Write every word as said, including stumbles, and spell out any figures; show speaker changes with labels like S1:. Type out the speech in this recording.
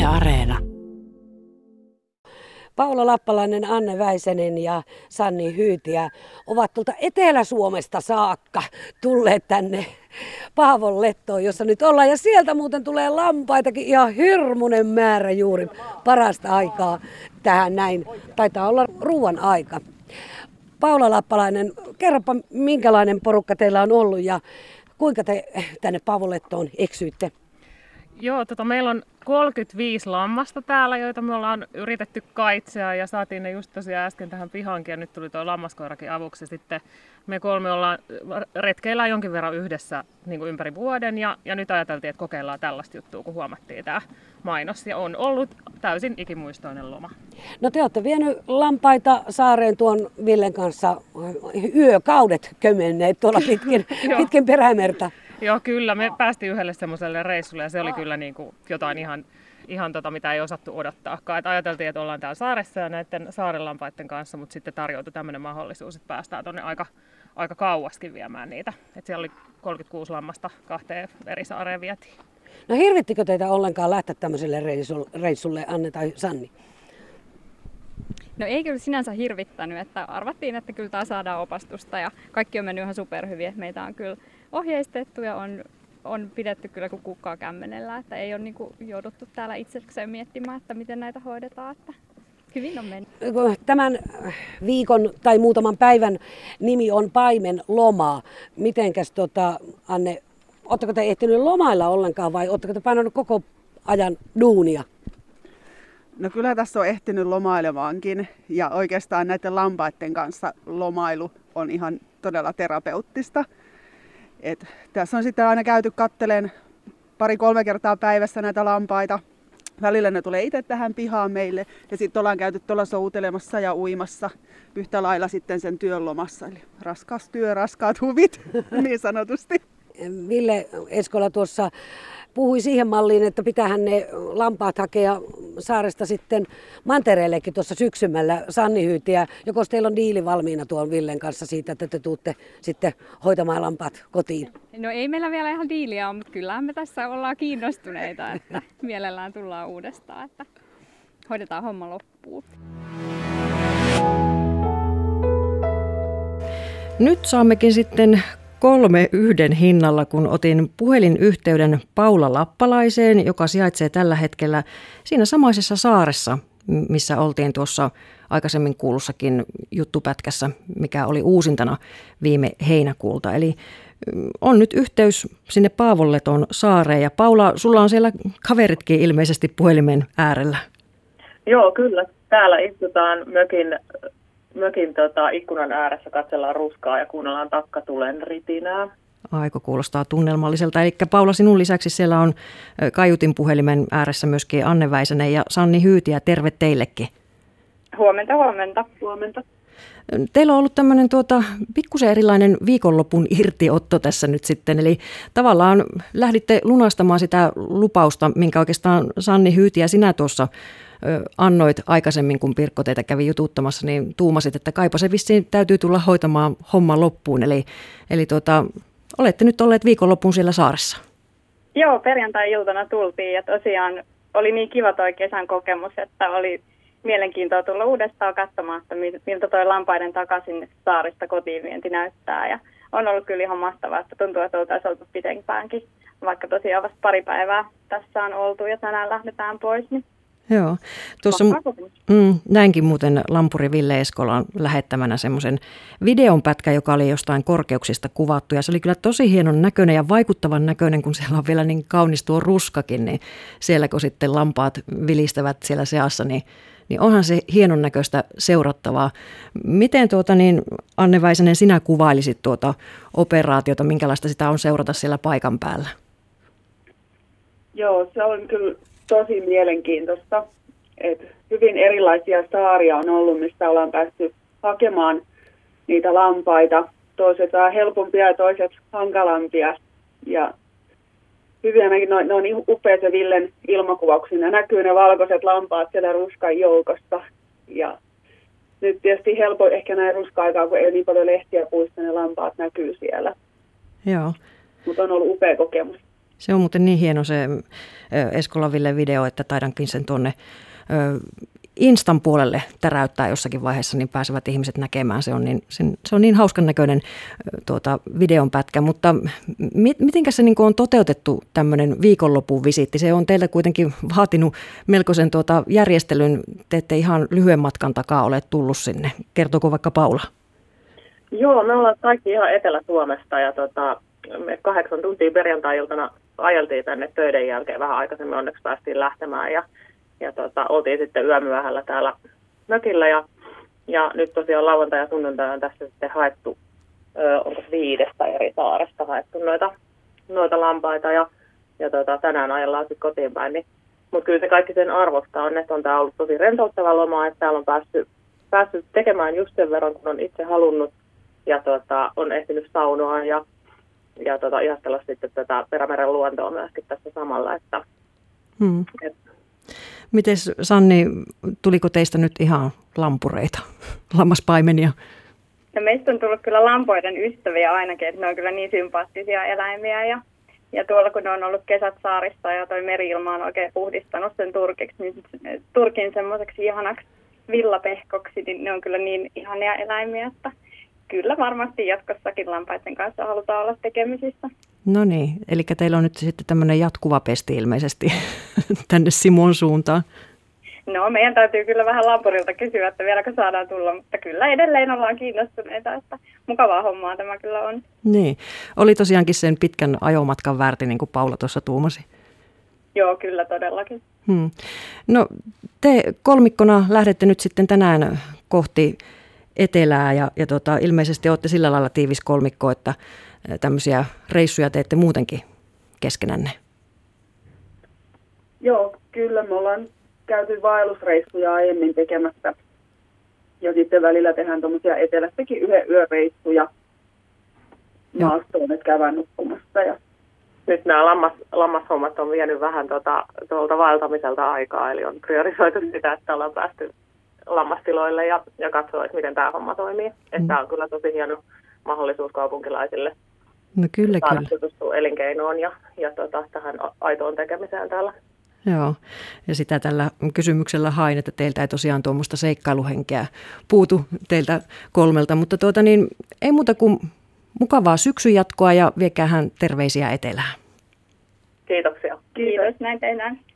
S1: Areena.
S2: Paula Lappalainen, Anne Väisänen ja Sanni Hyytiä ovat tuolta Etelä-Suomesta saakka tulleet tänne Paavollettoon, jossa nyt ollaan. Ja sieltä muuten tulee lampaitakin ihan hirmuinen määrä juuri parasta aikaa tähän näin. Taitaa olla ruuan aika. Paula Lappalainen, kerropa minkälainen porukka teillä on ollut ja kuinka te tänne Paavollettoon eksyitte?
S3: Joo, tota, meillä on kolmekymmentäviisi lammasta täällä, joita me ollaan yritetty kaitsea ja saatiin ne just tosiaan äsken tähän pihankin ja nyt tuli tuo lammaskoirakin avuksi. Sitten me kolme ollaan retkeillään jonkin verran yhdessä niin kuin ympäri vuoden ja, ja nyt ajateltiin, että kokeillaan tällaista juttua, kun huomattiin tämä mainos ja on ollut täysin ikimuistoinen loma.
S2: No te olette vienyt lampaita saareen tuon Villen kanssa yökaudet kömenneet tuolla pitkin, pitkin Perämerta.
S3: Joo, kyllä. Me päästiin yhdelle semmoiselle reissulle ja se oli kyllä niin kuin jotain ihan, ihan tota, mitä ei osattu odottaakaan. Et ajateltiin, että ollaan täällä saaressa ja näiden saarenlampaiden kanssa, mutta sitten tarjoutui tämmöinen mahdollisuus, että päästään tuonne aika, aika kauaskin viemään niitä. Et siellä oli kolmekymmentäkuusi lammasta kahteen eri saareen vietiin.
S2: No hirvittikö teitä ollenkaan lähteä tämmöiselle reissulle, Anne tai Sanni?
S4: No ei kyllä sinänsä hirvittänyt, että arvattiin, että kyllä taas saadaan opastusta ja kaikki on mennyt ihan superhyvin, että meitä on kyllä ohjeistettu ja on, on pidetty kyllä kuin kukkaa kämmenellä, että ei ole niin kuin jouduttu täällä itsekseen miettimään, että miten näitä hoidetaan, että hyvin on mennyt.
S2: Tämän viikon tai muutaman päivän nimi on Paimen loma. Mitenkäs tota, Anne, ootteko te ehtinyt lomailla ollenkaan vai ootteko te painanut koko ajan duunia?
S5: No kyllä tässä on ehtinyt lomailemaankin ja oikeastaan näiden lampaiden kanssa lomailu on ihan todella terapeuttista. Et tässä on sitten aina käyty kattelen pari-kolme kertaa päivässä näitä lampaita. Välillä ne tulee itse tähän pihaan meille ja sitten ollaan käyty tuolla soutelemassa ja uimassa yhtä lailla sitten sen työn lomassa. Eli raskas työ, raskaat huvit niin sanotusti.
S2: Ville Eskola tuossa puhui siihen malliin, että pitäähän ne lampaat hakea saaresta sitten mantereellekin tuossa syksymällä. Sanni Hyytiä, joko teillä on diili valmiina tuon Villen kanssa siitä, että te tuutte sitten hoitamaan lampaat kotiin?
S4: No ei meillä vielä ihan diiliä ole, mutta kyllähän me tässä ollaan kiinnostuneita, että mielellään tullaan uudestaan, että hoidetaan homma loppuun.
S6: Nyt saammekin sitten kolme yhden hinnalla, kun otin puhelinyhteyden Paula Lappalaiseen, joka sijaitsee tällä hetkellä siinä samaisessa saaressa, missä oltiin tuossa aikaisemmin kuulussakin juttupätkässä, mikä oli uusintana viime heinäkuulta. Eli on nyt yhteys sinne Paavolleton saareen. Ja Paula, sulla on siellä kaveritkin ilmeisesti puhelimen äärellä.
S7: Joo, kyllä. Täällä istutaan mökin Mökin tota, ikkunan ääressä, katsellaan ruskaa ja kuunnellaan takkatulen ritinää.
S6: Aiko kuulostaa tunnelmalliselta. Eli Paula, sinun lisäksi siellä on kaiutin puhelimen ääressä myöskin Anne Väisänen ja Sanni Hyytiä. Terve teillekin.
S7: Huomenta, huomenta. huomenta.
S6: Teillä on ollut tämmöinen tuota, pikkusen erilainen viikonlopun irtiotto tässä nyt sitten. Eli tavallaan lähditte lunastamaan sitä lupausta, minkä oikeastaan Sanni Hyytiä sinä tuossa annoit aikaisemmin, kun Pirkko teitä kävi jututtamassa, niin tuumasit, että kaipa se vissiin täytyy tulla hoitamaan homma loppuun. Eli, eli tuota, olette nyt olleet viikonloppuun siellä saaressa.
S7: Joo, perjantai-iltana tultiin ja tosiaan oli niin kiva toi kesän kokemus, että oli mielenkiintoa tulla uudestaan katsomaan, että miltä toi lampaiden takaisin saarista kotiin vienti näyttää. Ja on ollut kyllä ihan mahtavaa, että tuntuu, että oltaisiin oltu pitempäänkin, vaikka tosiaan vasta pari päivää tässä on oltu ja tänään lähdetään pois. Niin
S6: Joo, tuossa mm, näinkin muuten Lampuri Ville Eskolan lähettämänä semmoisen videonpätkä, joka oli jostain korkeuksista kuvattu ja se oli kyllä tosi hienon näköinen ja vaikuttavan näköinen, kun siellä on vielä niin kaunis tuo ruskakin, niin siellä kun sitten lampaat vilistävät siellä seassa, niin, niin onhan se hienon näköistä seurattavaa. Miten tuota niin, Anne Väisänen, sinä kuvailisit tuota operaatiota, minkälaista sitä on seurata siellä paikan päällä?
S5: Joo, se on kyllä tosi mielenkiintoista, että hyvin erilaisia saaria on ollut, mistä ollaan päästy hakemaan niitä lampaita. Toiset vähän helpompia ja toiset hankalampia. Ja hyvin ainakin ne, ne on niin upea se Villen ilmakuvauksina. Näkyy ne valkoiset lampaat siellä ruskan joukosta. Ja nyt tietysti helppo ehkä näin ruska-aikaa, kun ei niin paljon lehtiä puista, ne lampaat näkyy siellä.
S6: Joo.
S5: Mutta on ollut upea kokemus.
S6: Se on muuten niin hieno se Eskolan Ville video, että taidankin sen tuonne Instan puolelle täräyttää jossakin vaiheessa, niin pääsevät ihmiset näkemään. Se on niin, se on niin hauskan näköinen tuota, videonpätkä, mutta mit, mitenkä se niin kuin on toteutettu tämmöinen viikonlopun visiitti? Se on teiltä kuitenkin vaatinut melkoisen tuota, järjestelyn. Te ette ihan lyhyen matkan takaa ole tullut sinne. Kertooko vaikka Paula?
S1: Joo, me ollaan kaikki ihan Etelä-Suomesta ja tota, me kahdeksan tuntia perjantai-iltana ajeltiin tänne töiden jälkeen. Vähän aikaisemmin onneksi päästiin lähtemään ja Ja tota, oltiin sitten yömyöhällä täällä mökillä ja, ja nyt tosiaan lauantai ja sunnuntai on tässä sitten haettu, ö, onko viidestä eri saaresta haettu noita, noita lampaita ja, ja tota, tänään ajellaan sitten kotiin päin. Niin, mutta kyllä se kaikki sen arvosta on, että on tämä ollut tosi rentouttava loma, että täällä on päässyt, päässyt tekemään just sen verran, kun on itse halunnut ja tota, on ehtinyt saunoa ja, ja tota, ihastella sitten tätä Perämeren luontoa myöskin tässä samalla, että
S6: hmm.
S1: et,
S6: Mites Sanni, tuliko teistä nyt ihan lampureita, lammaspaimenia?
S7: No meistä on tullut kyllä lampoiden ystäviä ainakin, että ne on kyllä niin sympaattisia eläimiä ja, ja tuolla kun ne on ollut kesät saarissa ja toi meri-ilma on oikein puhdistanut sen turkiksi, niin turkin semmoiseksi ihanaksi villapehkoksi, niin ne on kyllä niin ihania eläimiä, että kyllä varmasti jatkossakin lampaiden kanssa halutaan olla tekemisissä.
S6: No niin, eli teillä on nyt sitten tämmöinen jatkuva pesti ilmeisesti tänne Simon suuntaan.
S7: No meidän täytyy kyllä vähän lampurilta kysyä, että vieläkö saadaan tulla, mutta kyllä edelleen ollaan kiinnostuneita, että mukavaa hommaa tämä kyllä on.
S6: Niin, oli tosiaankin sen pitkän ajomatkan väärti, niin kuin Paula tuossa tuumasi.
S7: Joo, kyllä todellakin.
S6: Hmm. No te kolmikkona lähdette nyt sitten tänään kohti etelää ja, ja tota, ilmeisesti olette sillä lailla tiivis kolmikko, että tämmöisiä reissuja teette muutenkin keskenänne.
S5: Joo, kyllä me ollaan käyty vaellusreissuja aiemmin tekemässä. Ja sitten välillä tehdään tuommoisia etelästäkin yhden yöreissuja maastoon, että käydään nukkumassa. Ja
S1: nyt nämä lammas, lammashommat on vienyt vähän tuota, tuolta vaeltamiselta aikaa, eli on priorisoitu sitä, että ollaan päästy lammastiloille ja, ja katsoa, että miten tämä homma toimii. Mm. Että tämä on kyllä tosi hieno mahdollisuus kaupunkilaisille
S6: no kyllä,
S1: saada
S6: kyllä.
S1: tutustua elinkeinoon ja, ja tota, tähän aitoon tekemiseen täällä.
S6: Joo, ja sitä tällä kysymyksellä hain, että teiltä ei tosiaan tuommoista seikkailuhenkeä puutu teiltä kolmelta, mutta tuota niin, ei muuta kuin mukavaa syksyn jatkoa ja viekäähän terveisiä etelään.
S1: Kiitoksia.
S7: Kiitos, näin tehdään.